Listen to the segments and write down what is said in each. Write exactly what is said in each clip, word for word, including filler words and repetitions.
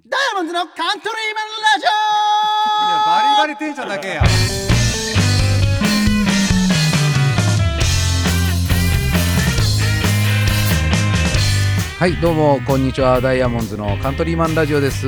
ダイヤモンドのカントリーマンラジオ。いやバリバリテンションだけや。 はい、どうもこんにちは。ダイヤモンドのカントリーマンラジオです。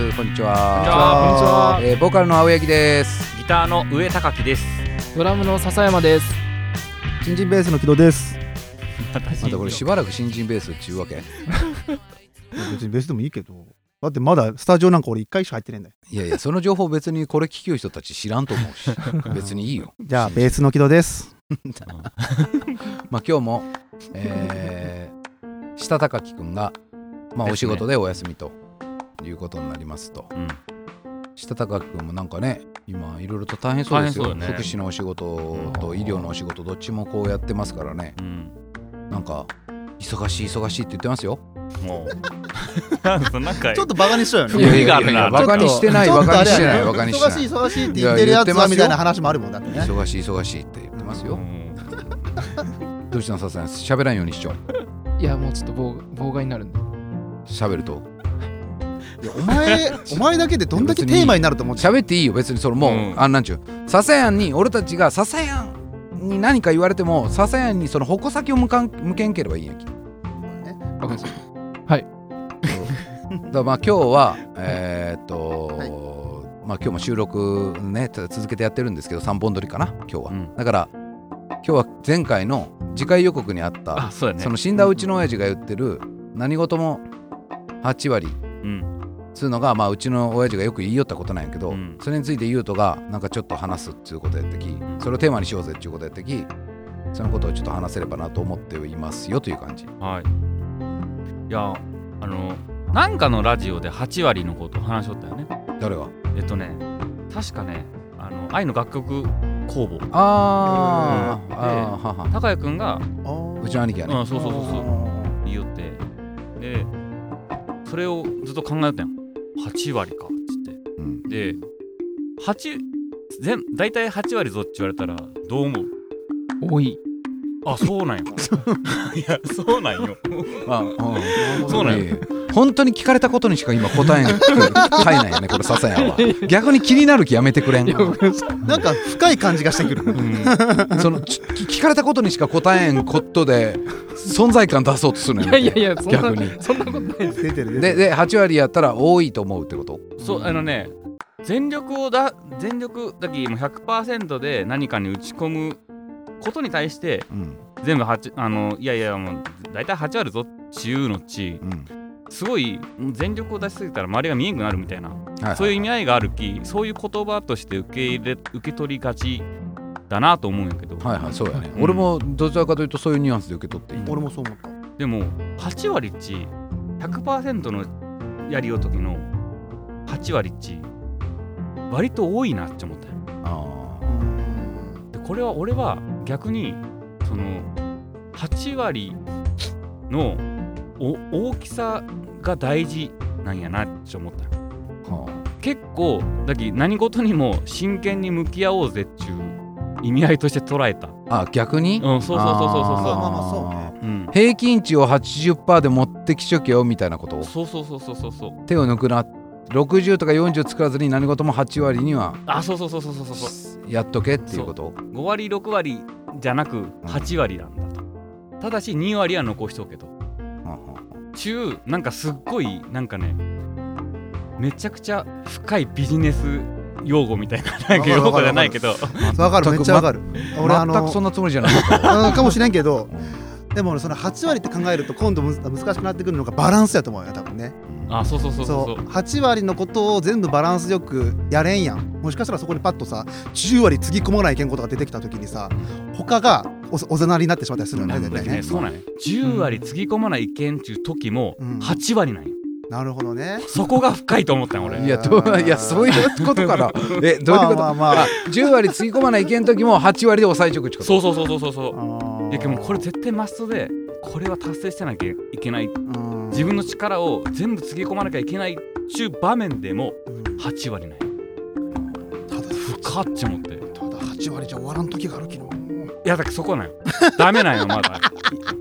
こんにちは。 こんにちは。 えー、ボーカルの青柳です。 ギターの上高木です。 ドラムの笹山です。 新人ベースの木戸です。 またこれしばらく新人ベースっていうわけ別にベースでもいいけど、だってまだスタジオなんか俺いっかいしか入ってないんだよ。 いやいや、その情報別にこれ聞きよう人たち知らんと思うし別にいいよ。 じゃあベースの木戸ですまあ今日も、えー、下高木くんが、まあ、お仕事でお休みということになりますと、うん、下高木くんもなんかね今いろいろと大変そうですよ、ね、福祉のお仕事と医療のお仕事どっちもこうやってますからね、うん、なんか忙しい忙しいって言ってますよ。もうなんかちょっとバカにしちゃうよね。 いやいやいやバカにしてないバカにしてないバカにしてない。 忙しい忙しいって言ってるやつはみたいな話もあるもんだってね。 忙しい忙しいって言ってますよ。どうしたのさすがに喋らんようにしちゃう。 いやもうちょっと妨妨害になるんで。 喋るといやお前お前だけでどんだけテーマになると思って。 喋っていいよ別に。それもう、うん、あんなんちゅう笹谷に俺たちが笹谷に何か言われても笹谷にその矛先を向かん向けんければいいんやき。 わかりました。はい。 だまあ今日はえー、っと、はい、まあ今日も収録ね続けてやってるんですけどさんぼん撮りかな今日は、うん、だから今日は前回の次回予告にあったそ、ね、その死んだうちの親父が言ってる何事もはち割、うん、つうのがまあうちの親父がよく言いよったことなんやけど、うん、それについて言うとがなんかちょっと話すっていうことやってき、それをテーマにしようぜっていうことやってき、そのことをちょっと話せればなと思っていますよという感じ。 はい。いやあのなんかのラジオではち割のことを話しとったよね。 誰が？ えっとね確かねあの愛の楽曲工房。 あー、 うん、あーはは高谷くんがうちの兄貴やね。 うん、そうそうそうそう言いよってでそれをずっと考えたよ。はち割かっつって、うん、ではち全大体はち割ぞって言われたらどう思う？ 多い。 あ、そうなんよ。いや、そうなんよ。あ、うん、そうなんよ。 本当に聞かれたことにしか今答えん回なんよね、これ笹谷は。逆に気になる気やめてくれん。 なんか深い感じがしてくる。うん、 その聞かれたことにしか答えんことで存在感出そうとするのよ。 いやいやいや、 逆に。 そんなことないです。 出てる出てる。 で、ではち割やったら多いと思うってこと？ そう、あのね、全力をだ全力だけも ひゃくパーセント で何かに打ち込むことに対して、うん、全部はちあのいやいやもうだいたいはち割ぞっていうのっち、うん、すごい全力を出しすぎたら周りが見えなくなるみたいな、はいはい、そういう意味合いがあるき、そういう言葉として受け入れ受け取りがちだなと思うんやけど、 はいはいそうやね、うん、俺もどちらかというとそういうニュアンスで受け取っていい、 うん、俺もそう思った。 でもはち割っち ひゃくパーセント のやりようときのはち割っち割と多いなって思ったよ。あでこれは俺は逆にそのはち割の大きさが大事なんやなって思ったよ、はあ、結構だけ何事にも真剣に向き合おうぜっていう意味合いとして捉えた。 あ、逆に、 うん、そうそうそうそうそうそう、 まあまあそうね、 うん、平均値を はちじゅっパーセント で持ってきちょけよみたいなことを、 そうそうそうそうそうそう、 手を抜くな、ろくじゅうとかよんじゅう作らずに何事もはち割にはあ、そうそうそうそうそうそうやっとけっていうこと。 ご割ろく割じゃなくはち割なんだと、うん、ただしに割は残しとけと、うん、中なんかすっごいなんかねめちゃくちゃ深いビジネス用語みたいな、なんか用語じゃないけどわかる、めっちゃわかる、 ま、俺あの全くそんなつもりじゃなかったかもしれんけど、でもそのはち割って考えると今度難しくなってくるのがバランスやと思うよ多分ね。 あ、そうそうそうそうそう、 はち割のことを全部バランスよくやれんやん。もしかしたらそこにパッとさじゅう割つぎ込まないけんことが出てきた時にさ、他が お, おざなりになってしまったりするよね、うん、絶対ね。 そうなんね、じゅう割つぎ込まないけんっていう時もはち割なんよ、うん、 なるほどね。 そこが深いと思ったん俺。 いやどういやそういうことからえどういうこと、まあまあまあ、じゅう割つぎ込まないけん時もはち割で抑えちょくってこと。 そうそうそうそうそうそう。いやでもこれ絶対マストでこれは達成してなきゃいけない、自分の力を全部つぎ込まなきゃいけないっていう場面でもはち割ない、ただ深っち思って。 ただはち割じゃ終わらん時があるきの。 いやだからそこなんよダメなんよまだ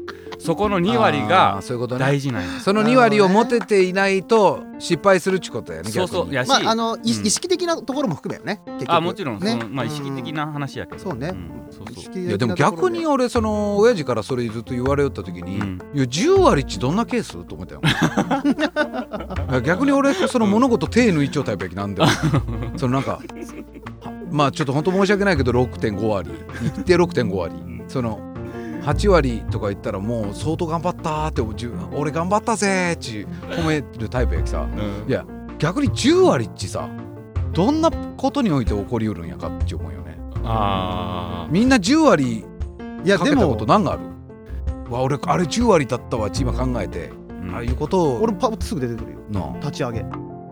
そこのに割あーがそういうことね大事なんや。 そのに割を持てていないと失敗するっちことやね。 そうそう逆にやし、 まああのいうん意識的なところも含めよね結局あもちろんそねのまあ意識的な話やけど、 そうねんそうそう意識的いやでもなところ逆に俺その親父からそれずっと言われよった時に、 うんいやじゅう割っちどんなケースと思ったよいや逆に俺その物事手抜いちゃうタイプやきなんでそのなんかはまあちょっと本当申し訳ないけど ろくてんご 割いって ろくてんご 割そのはち割とか言ったらもう相当頑張ったーってじゅ俺頑張ったぜーって褒めるタイプやきさ、 うんいや逆にじゅう割っちさどんなことにおいて起こりうるんやかって思うよね。 あみんなじゅう割いやでかけたこもと何があるわ俺あれじゅう割だったわって今考えて、 ー、うんああいうことを俺パッとすぐ出てくるよな立ち上げ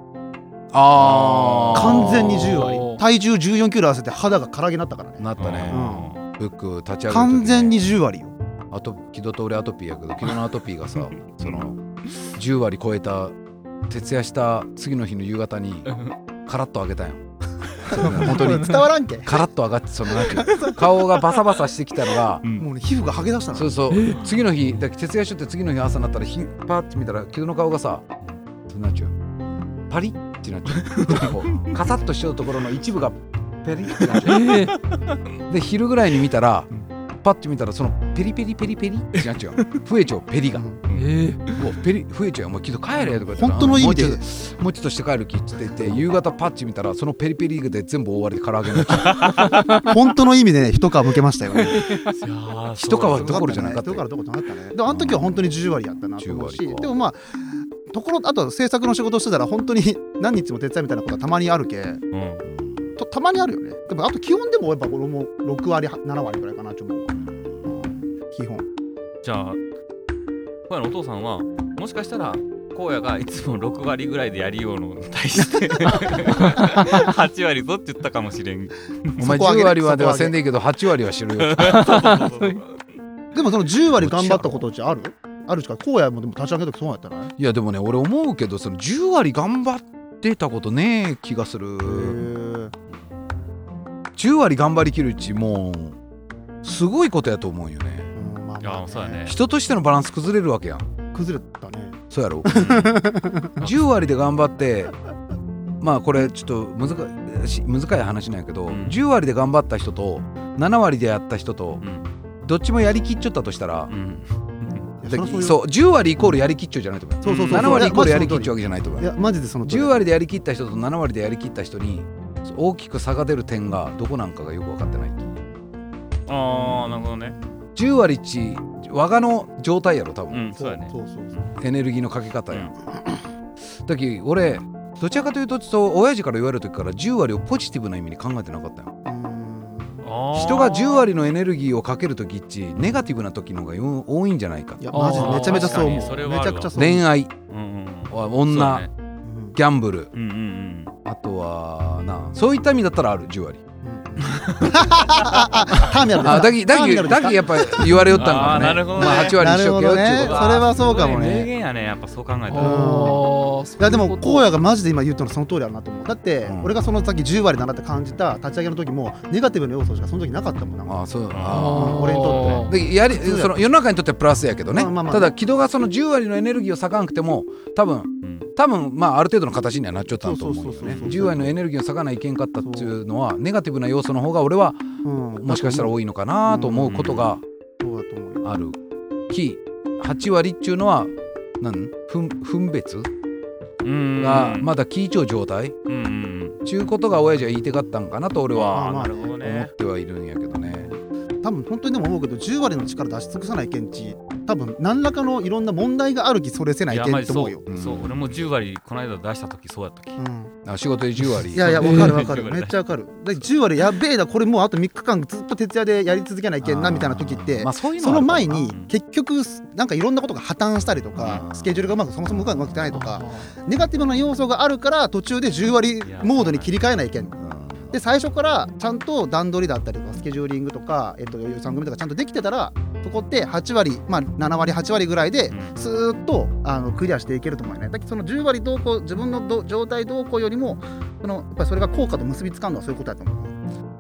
あー完全にじゅうお割ー体重じゅうよんキロ合わせて肌が唐毛になったからねなったね、フック立ち上げる時ね完全にじゅう割よあと木戸と俺アトピーやけど木戸のアトピーがさそのじゅう割超えた徹夜した次の日の夕方にカラッと上げたんよ本当に伝わらんけカラッと上がってそのなんていう顔がバサバサしてきたのがもうね皮膚が剥げ出したのそうそう次の日だ徹夜しとって次の日朝になったらひパーって見たら木戸の顔がさそうなっちゃうパリッってなっちゃうこうカサッとしちゃうところの一部がペリッってなっちゃうえーで昼ぐらいに見たらパッて見たらそのペリペリペリペリってなっちゃう増えちゃうペリがうんえーもうペリ増えちゃうもう木戸帰れとか言って本当の意味でもうちょっともうちょっとして帰る気って言って夕方パッチ見たらそのペリペリで全部覆われて唐揚げになっちゃう本当の意味でね一皮むけましたよねいやー一皮そうどころじゃなかったよ一皮どころじゃなかったねであの時は本当にじゅう割やったなと思うしじゅう割かでもまあところあと制作の仕事してたら本当に何日も手伝いみたいなことはたまにあるけうんとたまにあるよねでもあと基本でもやっぱ俺もろく割なな割ぐらいかなちょっと思う基本じゃあ小屋のお父さんはもしかしたら荒野がいつもろく割ぐらいでやりようのに対してはち割ぞって言ったかもしれん。 お前そこ上げじゅう割はではそこ上げせんでいいけどはち割はしろよでもそのじゅう割頑張ったことってあるあるしか荒野もでも立ち上げた時そうやったらねいやでもね俺思うけどそのじゅう割頑張ってたことねえ気がするへーじゅう割頑張りきるうちもうすごいことやと思うよねうんまあいやそうやね人としてのバランス崩れるわけやん崩れたねそうやろじゅう割で頑張ってまあこれちょっと難し難しい話なんやけど、 うんじゅう割で頑張った人となな割でやった人とうんどっちもやりきっちゃったとしたらう、んいやそりゃそうよそうじゅう割イコールやりきっちゃうじゃないと思うそうそうそうそうなな割イコールやりいきっちゃうわけじゃないと思ういやマジでその通りじゅう割でやりきった人となな割でやりきった人に大きく差が出る点がどこなんかがよく分かってないああなるほどね。 じゅう割っち我がの状態やろ多う分、 んそうやね。 そうそうそうエネルギーのかけ方や、だけど俺どちらかというとそう親父から言われる時からじゅう割をポジティブな意味に考えてなかったようーんあー人がじゅう割のエネルギーをかける時っちネガティブな時の方がよ多いんじゃないかいやマジでめちゃめちゃそう思確かにそれうはあるわめちゃくちゃそう思う恋愛うんうん女、 そうねうんギャンブルうんうんうんあとはなそういった意味だったらあるじゅう割ターミナルですかあだきだターミナルですかきだきやっぱり言われよったんかもねあーなるほどねまあ、はち割なにしとけよるほどねっていうことそれはそうかも名ね言やねやっぱそう考えたら。 あーいやでも荒野がマジで今言ったのその通りあるなと思うだって、 うん俺がそのさっきじゅう割だなって感じた立ち上げの時もネガティブな要素しかその時なかったもんなああそうああ俺にとってーでやり普通やその世の中にとってはプラスやけどね、 まあまあまあただ木戸がそのじゅう割のエネルギーを割かなくても多分うん多分まあある程度の形にはなっちゃったんだと思うよそうそうそうそうねじゅう割のエネルギーを割かないけんかったっていうのはネガティブな要素の方が俺はうんもしかしたら多いのかなと思うことがそうだと思うよあるきはち割っていうのは何分分別うんがまだ聞いちゃう状態うんうんちゅうことが親父は言いたかったんかなと俺あはあなるほど思ねっ。てはいるんやけどね多分本当にでも思うけどじゅう割の力出し尽くさないけんち多分何らかのいろんな問題があるきそれせないけいやまじそうんと思うようんそう俺もじゅう割この間出した時そうやったき。 うんあ仕事でじゅう割いやいやそうわかるわかるえーめっちゃわかるだじゅう割やべえなこれもうあとみっかかんずっと徹夜でやり続けないけんなみたいな時ってまあそういうのそはあるかもなの前に結局なんかいろんなことが破綻したりとかうんスケジュールがうまくそもそもうまくいってないとかネガティブな要素があるから途中でじゅう割モードに切り替えないけんで最初からちゃんと段取りだったりとかスケジューリングとか、えっと、予算組みとかちゃんとできてたらそこってはち割、まあ、なな割はち割ぐらいでうんスーッとあのクリアしていけると思うよねだけどそのじゅう割どうこう自分のど状態どうこうよりもそのやっぱりそれが効果と結びつかんのはそういうことだと思うそ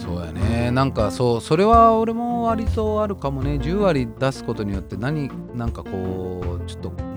そうやね。なんかそうそれは俺も割とあるかもね。じゅう割出すことによって何なんかこうちょっと、うん、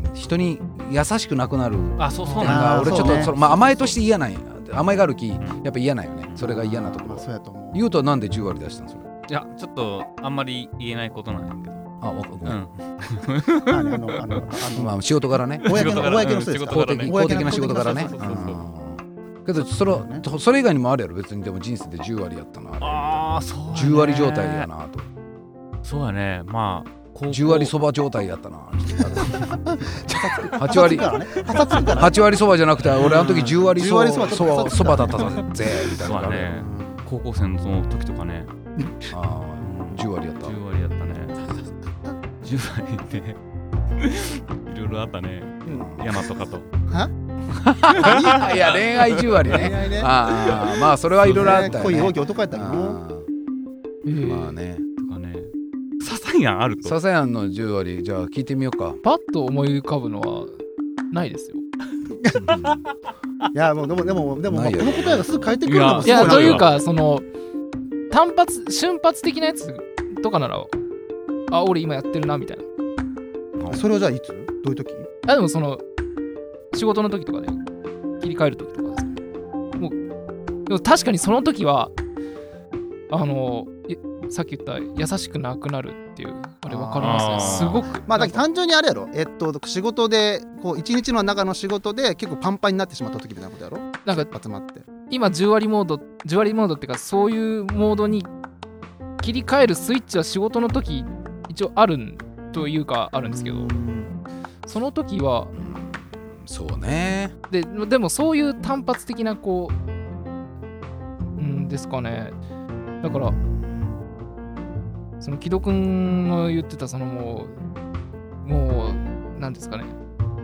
人に優しくなくなる。 あ、そうそうなんなんだ。 か俺ちょっと、 ね、 そのまあ甘えとして嫌なんや。甘えがあるきやっぱ嫌なんよね。それが嫌なところ。 まあ、そうやと思う。 言うとなんでじゅう割出したんそれ。 いや、ちょっとあんまり言えないことなんやけど。 あ、わかごめん。 うん。 あのあのあのまあ仕事柄ね。 公の仕事柄公の人ですか。 公的公的な仕事柄ね。 そうそうそうそううんけどそれそれ以外にもあるやろ別に。でも人生でじゅう割やったな。 ああ、そうやね。 じゅう割状態やなと。 そうやね。まあ高校じゅう割そば状態やったな。はち割はち割そばじゃなくて俺あの時じゅう割そばそばだったぜみたいな。 そうやね。高校生の時とかね。 ああじゅう割やった。 じゅう割やったね。じゅう割っていろいろあったね。山とかと。 いや恋愛じゅう割ね。 ねああまあそれはいろいろあったよね。 恋大きい男やったの。 まあね。 とかね。ササヤンあると。 ササヤンのじゅう割じゃあ聞いてみようか。 パッと思い浮かぶのはないですよ。 いやもうでもでもでもこないよの答えがすぐ返ってくるのもいやすごいな。 というかその単発瞬発的なやつとかならあ俺今やってるなみたいな。 それはじゃあいつどういう時？ あでもその仕事の時とかで切り替える時とかですね。もうでも確かにその時はあのさっき言った優しくなくなるっていうあれ分かりますね。すごくまあだけど単純にあれやろ。えっと仕事でこう一日の中の仕事で結構パンパンになってしまった時みたいなことやろ。 なんか集まって。 今じゅう割モードじゅう割モードっていうかそういうモードに切り替えるスイッチは仕事の時一応あるんというかあるんですけど、その時はそうね。 ででもそういう単発的なこううんですかね。だからその木戸くんの言ってたそのもうもうなんですかね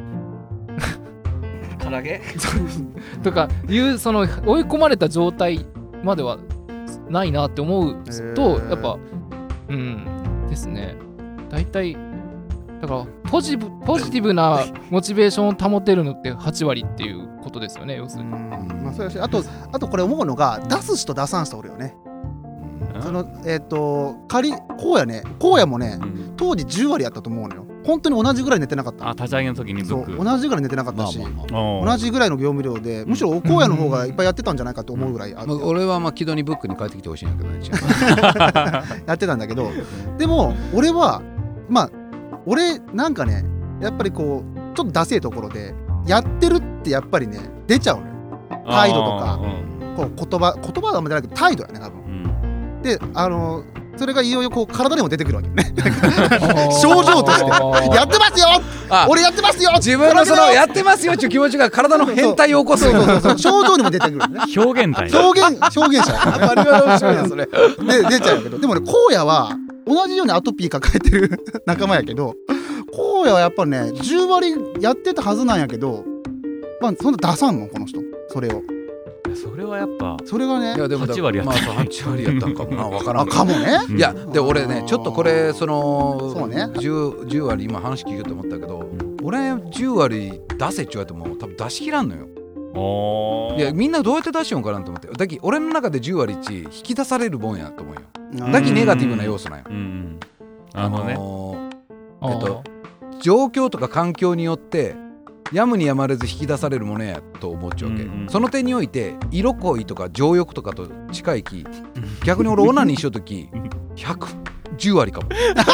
唐揚げとかいうその追い込まれた状態まではないなって思うとやっぱうんですね。だいたいだからポジブポジティブなモチベーションを保てるのってはち割っていうことですよね要するに。 まあそうやしあとあとこれ思うのが出す人出さん人おるよね。そのえっと仮こうやねこうやもね当時じゅう割やったと思うのよ。本当に同じぐらい寝てなかった。 あ、立ち上げの時にブック。 そう同じぐらい寝てなかったし、 まあまあまあ同じぐらいの業務量でむしろ荒野の方がいっぱいやってたんじゃないかと思うぐらいあって、 まあ俺はまあ木戸にブックに帰ってきてほしいんだけどね。 やってたんだけどでも俺はまあ俺なんかねやっぱりこうちょっとダセえところでやってるってやっぱりね出ちゃうのよ。態度とかこう言葉言葉はあんま出ないけど態度やね多分。であのそれがいよいよこう体にも出てくるわけよね症状としてやってますよ俺やってますよ自分のそのやってますよっていう気持ちが体の変態を起こす。 そうそうそう症状にも出てくるね。 表現体。 表現表現者あまりは面白いなそれ。 で出ちゃうけどでもね荒野は同じようにアトピー抱えてる仲間やけど荒野はやっぱねじゅう割やってたはずなんやけどまあそんな出さんのこの人それを。 それはやっぱそれがねいやでもはち割やったまあそうはち割やったんかもな分からあんかもね。 いやで俺ねちょっとこれそのそうね 10, じゅう割今話聞くと思ったけど俺じゅう割出せっちゅわれても多分出しきらんのよ。 おいやみんなどうやって出しようかなと思ってだき俺の中でじゅう割いち引き出されるもんやと思うよ。だきネガティブな要素なんよ。 うんうんなるほどね。 のーえっと状況とか環境によってやむにやまれず引き出されるものやと思っちゃうわけ、 うんうんその点において色恋とか情欲とかと近いき逆に俺オナニーしようときひゃくじゅう割かも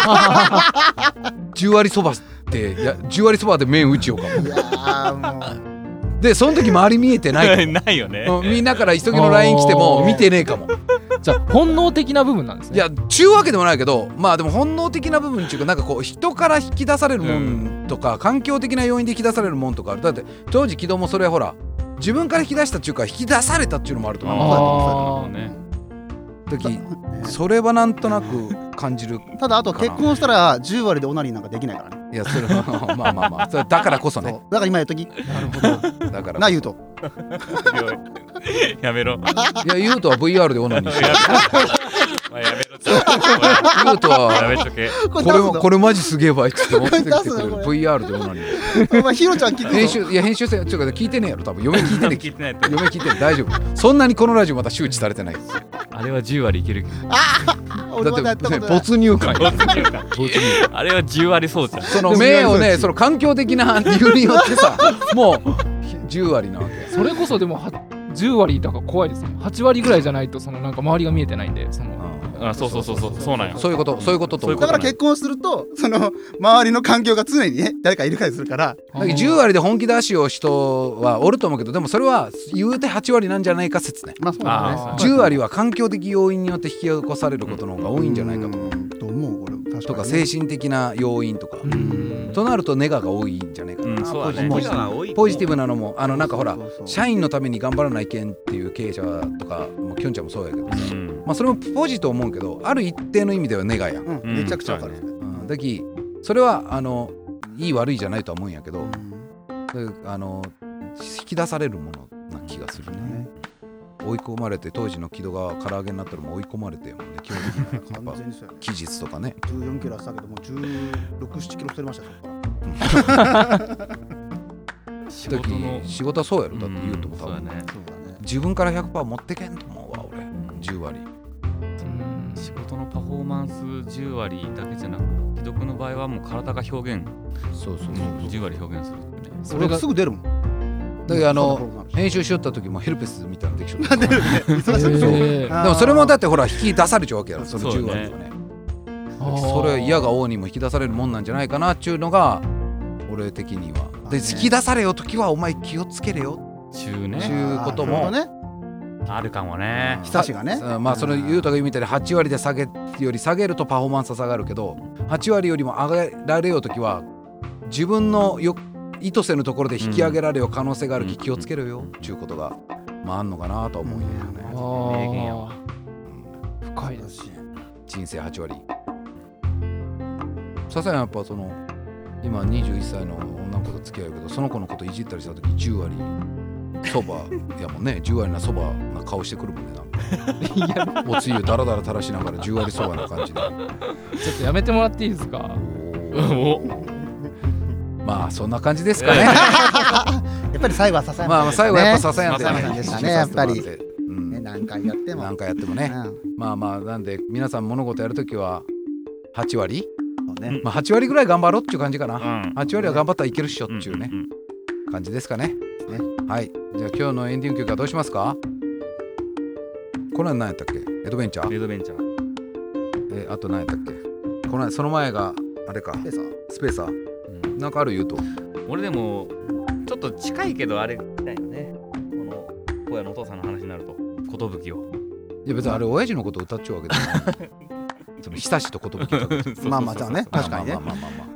じゅう割そばっていやじゅう割そばで麺打ちようかもいやーもうでその時周り見えてないかもないよね。 うんみんなから急ぎの ライン 来ても見てねえかも。 じゃあ本能的な部分なんですね。 いやちゅうわけでもないけどまあでも本能的な部分っていうかなんかこう人から引き出されるもんとか、うん、環境的な要因で引き出されるもんとかある。だって当時木戸もそれはほら自分から引き出したっていうか引き出されたっていうのもあると思う。 あーね。 時それはなんとなく感じる。 ただあと結婚したらじゅう割でオナニーなんかできないからね。 いやそれはまあまあまあそれだからこそね。 だから今やっとき。なるほど。 だからな言うと。 やめろ。 いや言うとは ブイアール でオナニーしてる。 まあやめろ。ちょっと言うとはやめとけ。 ここれもこれマジすげえわいっつって持ってきてくれるこれ出すのこれブイアール でオナニー。 お前ヒロちゃん聞いて編集いや編集せちょっと聞いてねえやろ多分嫁聞いてねえ聞いてないと。 嫁聞いてねえ大丈夫そんなにこのラジオまだ周知されてないです。 あれはじゅう割いけるけど俺まだやったことない。 没入感没入感あれはじゅう割そうじゃん。 その目をねその環境的な理由によってさもうじゅう割なわけ。 それこそでもはじゅう割だから怖いですね。はち割ぐらいじゃないとそのなんか周りが見えてないんでそのあそうそうそうそうそうなんよ。 そういうことそういうことと思う。 だから結婚するとその周りの環境が常にね誰かいるかりするから。 だからじゅう割で本気出しを人はおると思うけどでもそれは言うてはち割なんじゃないか説ね。 まあそうだね。 じゅう割は環境的要因によって引き起こされることの方が多いんじゃないかと。 と思う俺も確かに。 とか精神的な要因とか。となるとネガが多いんじゃないかな。 そうだね。 ポジティブなのもあのなんかほら社員のために頑張らないけんっていう経営者とかもきょんちゃんもそうやけどさ、まあそれもポジと思うけどある一定の意味ではネガやん。 めちゃくちゃわかる。 だきそれはあのいい悪いじゃないとは思うんやけど、あの引き出されるものな気がするね。追い込まれて当時の木戸が唐揚げになったらもう追い込まれてもね基本的に完全にそうやね。 期日とかねじゅうよんキロしたけどもじゅうろく、ななキロ太りましたそこから。 仕事の仕事はそうやろだって言うとも多分、 うん、そうだね。 自分から ひゃくパーセント 持ってけんと思うわ俺じゅう割。 仕事のパフォーマンスじゅう割だけじゃなく既読の場合はもう体が表現そうそうそうじゅう割表現するってね。 それがすぐ出るもん。 だけどあの編集しよった時もヘルペスみたいなできちゃった出るね。忙しい。 えでもそれもだってほら引き出されちゃうわけやろそのじゅう割はね。 ーそれ嫌が王にも引き出されるもんなんじゃないかなっていうのが俺的には。で引き出されよ時はお前気をつけれよ中ね。 っていうこともね。 あるかもね。 久しがね。 まあその言うとか言うみたいにはち割で下げより下げるとパフォーマンスは下がるけどはち割よりも上げられようときは自分のよ意図せぬところで引き上げられよう可能性があるき気をつけるよっていうことがまああんのかなと思うんよね。 名言やわ。 深いですし人生はち割。ささやんやっぱその今にじゅういっさいの女の子と付き合うけどその子のこといじったりした時じゅう割そばやもんねじゅう割なそばな顔してくるもんねなんかおつゆダラダラ垂らしながらじゅう割そばな感じでちょっとやめてもらっていいですか。 おまあそんな感じですかね。 やっぱり最後は支えまあ最後はやっぱ支えやんてねでしたねやっぱりうんね何回やっても何回やってもね、まあまあなんで皆さん物事やるときははち割、 ねまあはち割ぐらい頑張ろうっていう感じかな、 うんはち割は頑張ったらいけるっしょっていうね、 うんうん感じですかね。 ねはいじゃあ今日のエンディング曲はどうしますか。この間何やったっけエドベンチャーレッドベンチャー。 えあと何やったっけこの間その前があれかでさスペーサーうんなんかある言うと俺でもちょっと近いけどあれみたいよね。この小屋のお父さんの話になると寿を。 いや別にあれ親父のこと歌っちゃうわけじゃないその久しと寿歌うまあまあじゃあね確かにねまあまあまあまあま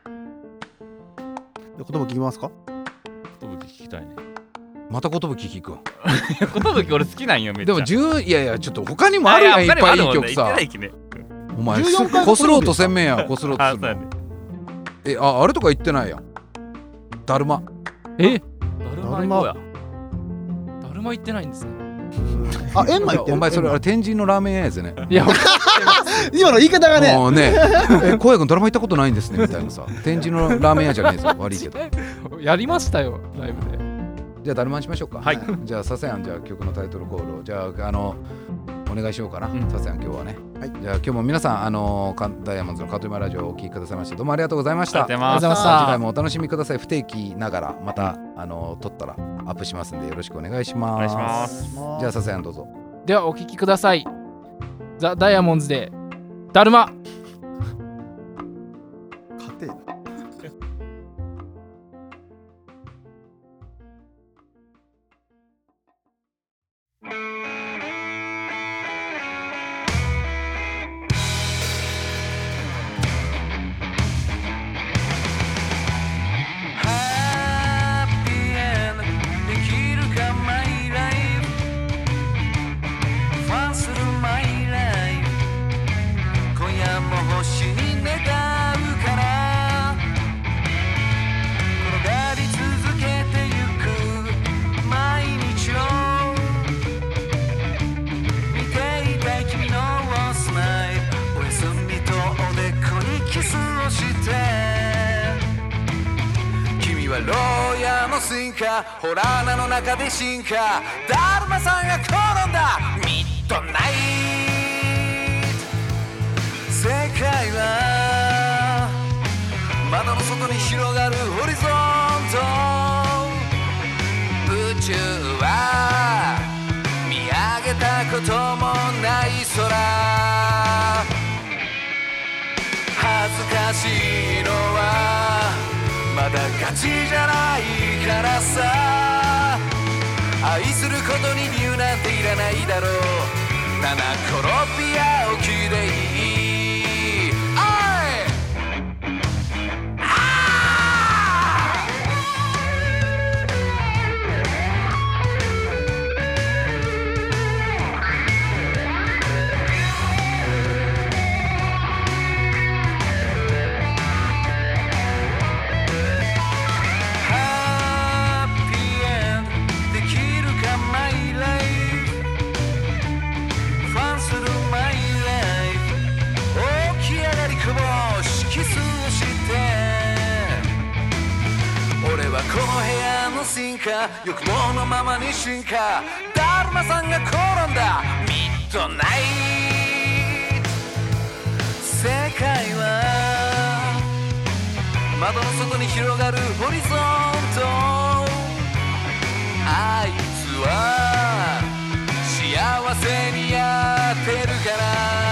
言葉聞きますか。 寿聞きたいね。 あまた寿聞くん寿俺好きなんよめっちゃ。 でもじゅういやいやちょっと他にもあるやんいっぱいいい曲さお前じゅうよんかいこすろうとせんめんやこすろうとするのあそうやね。 えああれとか言ってないやんだるまえだるま行こうや。 だるま言ってないんですね。 あエンマ言ってる。 お前それあれ天神のラーメン屋やつねいや今の言い方がね。 もうねえ小屋君ドラマ行ったことないんですねみたいなさ天神のラーメン屋じゃねえぞ悪いけどやりましたよライブで。 じゃあだるまにしましょうかはいじゃあささやんじゃあ曲のタイトルコールをじゃああのお願いしようかなうんささやん今日はねはいじゃあ今日も皆さんあのかダイヤモンドのカトリマラジオをお聞きくださいましてどうもありがとうございましたありがとうございます。 ありがとうございました次回もお楽しみください不定期ながらまたあの撮ったらアップしますんでよろしくお願いしますお願いします。 じゃあささやんどうぞではお聞きください。ザ・ダイヤモンズでだるま。 家庭ハッピーエンドできるかマイライフファンするマイライフ今夜も星に願うから転がり続けてゆく毎日を見ていたい君のスマイルおやすみとおでこにキスをして君は牢屋の進化ホラー穴の中で進化だるまさんが転んだドナイト世界は窓の外に広がるホリゾント宇宙は見上げたこともない空恥ずかしいのはまだ勝ちじゃないからさ愛することに理由なんていらないだろう七転び八起きでいいこの部屋の進化欲望のままに進化だるまさんが転んだミッドナイト世界は窓の外に広がるホリゾントあいつは幸せにやってるから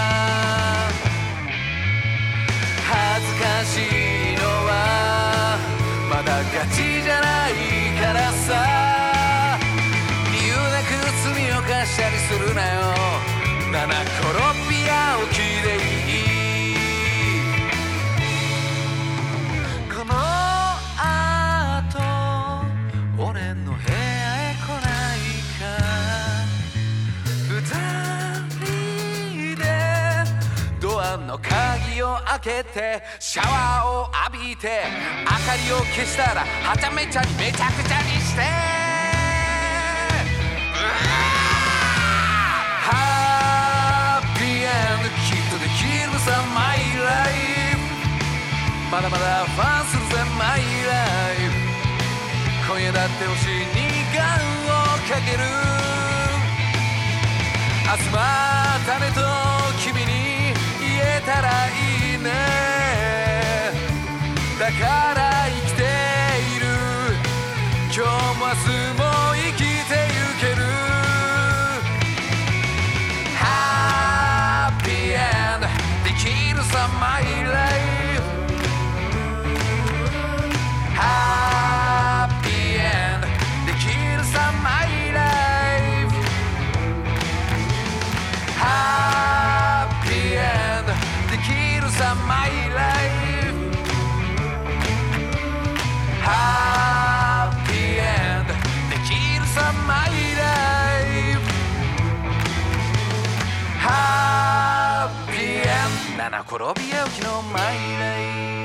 恥ずかしいのはまだガチじゃないからさ理由なく罪を犯したりするなよ七転び八起きでいいこの後俺の部屋へ来ないか二人でドアの鍵を開けてシャワーを浴びて明かりを消したらはちゃめちゃにめちゃくちゃにしてハッピーエンドきっとできるさマイライフまだまだファンするぜマイライフ今夜だって星にガンをかける明日またねと君に言えたらいいねだから生きている今日も明日も生きてゆけるハッピーエンドできるさマイライフハッピーエンドできるさマイライフハッピーエンドできるさマイライフハッピーエンドできるさマイライフハッピーエンド七転び八起きのマイライフ